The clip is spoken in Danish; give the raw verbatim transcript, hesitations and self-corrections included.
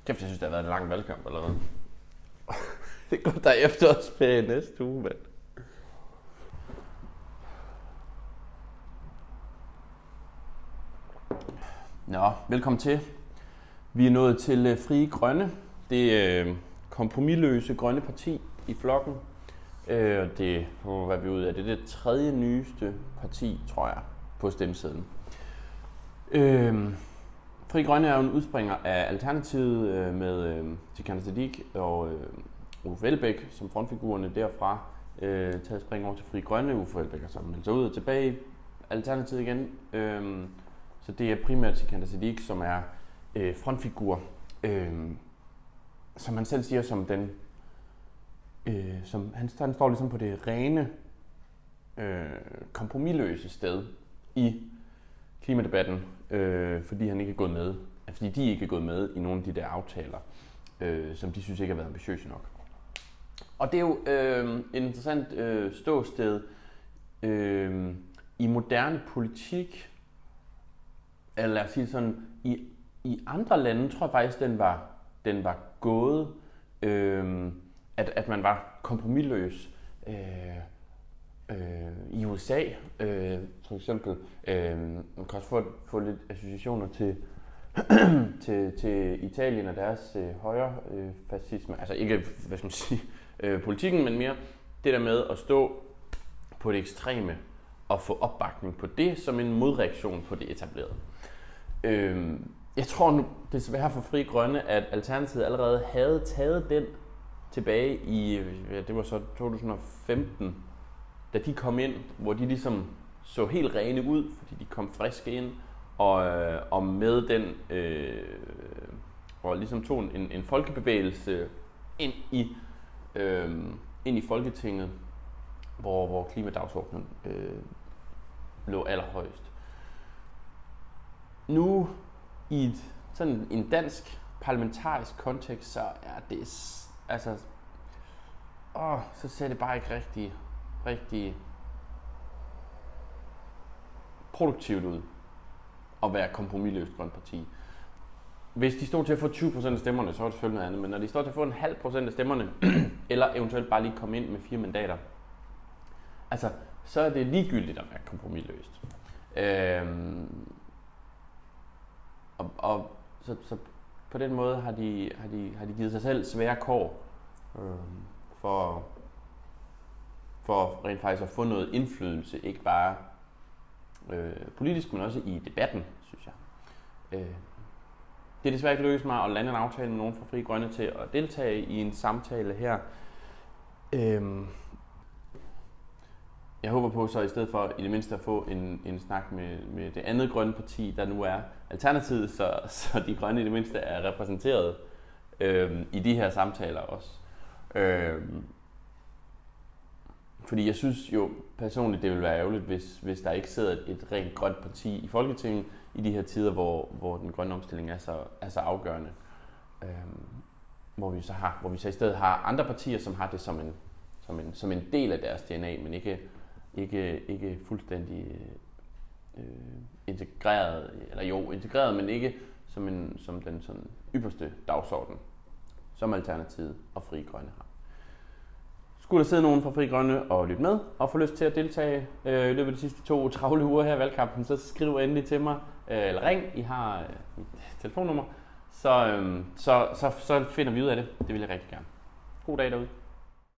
Kæft, jeg synes, det har været en lang valgkamp eller hvad. Det går der efter os ferie næste uge, mand. Nå, velkommen til. Vi er nået til Frie Grønne. Det øh, kompromisløse grønne parti i flokken. Øh, det, hvad vi ud af, det er det tredje nyeste parti, tror jeg, på stemmesedlen. Øh, Frie Grønne er jo en udspringer af Alternativet øh, med øh, Sikandar Siddique og øh, Uffe Elbæk som frontfigurerne derfra. Øh, taget spring over til Frie Grønne. Uffe Elbæk har så meldt sig ud og tilbage i Alternativet igen. Øh, så det er primært Sikandar Siddique, som er øh, frontfigur, øh, som han selv siger, som den, øh, som han, han står ligesom på det rene, øh, kompromisløse sted i klimadebatten, øh, fordi han ikke er gået med, fordi de ikke er gået med i nogle af de der aftaler, øh, som de synes ikke har været ambitiøse nok. Og det er jo øh, et interessant øh, ståsted øh, i moderne politik, eller lad os sige sådan, i, i andre lande tror jeg faktisk, den var, den var gået, øh, at, at man var kompromisløs. Øh, øh, I U S A, øh, for eksempel, øh, man kan også få, få lidt associationer til, til, til Italien og deres øh, højre øh, fascisme. Altså ikke, hvad skal man sige, øh, politikken, men mere det der med at stå på det ekstreme og få opbakning på det som en modreaktion på det etablerede. Øh, jeg tror nu desværre for Frie Grønne, at Alternativet allerede havde taget den tilbage i, ja, det var så to tusind og femten, da de kom ind, hvor de ligesom så helt rene ud, fordi de kom friske ind, og, øh, og med den, øh, og ligesom tog en, en folkebevægelse ind i, øh, ind i Folketinget, hvor, hvor klimadagsordenen øh, lå allerhøjst. Nu i et, sådan en dansk parlamentarisk kontekst, så er det, altså, åh, så ser det bare ikke rigtig, rigtig produktivt ud at være kompromisløst grønt parti. Hvis de stod til at få tyve procent af stemmerne, så er det selvfølgelig noget andet, men når de står til at få en halv procent af stemmerne, eller eventuelt bare lige komme ind med fire mandater, altså, så er det ligegyldigt at være kompromisløst. Øhm, og, og så, så på den måde har de, har de, har de givet sig selv svære kår øhm, for, for rent faktisk at få noget indflydelse, ikke bare øh, politisk, men også i debatten, synes jeg. Øh, det er desværre ikke lykkedes mig at lande en aftale med nogen fra Frie Grønne til at deltage i en samtale her. Øh, Jeg håber på så i stedet for i det mindste at få en, en snak med, med det andet grønne parti, der nu er Alternativet, så, så de grønne i det mindste er repræsenteret øh, i de her samtaler også. Øh, fordi jeg synes jo personligt, det vil være ærgerligt, hvis, hvis der ikke sidder et, et rent grønt parti i Folketinget i de her tider, hvor, hvor den grønne omstilling er så, er så afgørende. Øh, hvor, vi så har, hvor vi så i stedet har andre partier, som har det som en, som en, som en del af deres D N A, men ikke Ikke, ikke fuldstændig øh, integreret, eller jo, integreret, men ikke som, en, som den sådan ypperste dagsorden, som Alternativet og Frie Grønne har. Skulle der sidde nogen fra Frie Grønne og lytte med, og få lyst til at deltage øh, i løbet af de sidste to travle uger her i valgkampen, så skriv endelig til mig, øh, eller ring, I har øh, mit telefonnummer, så, øh, så, så, så finder vi ud af det. Det vil jeg rigtig gerne. God dag derude.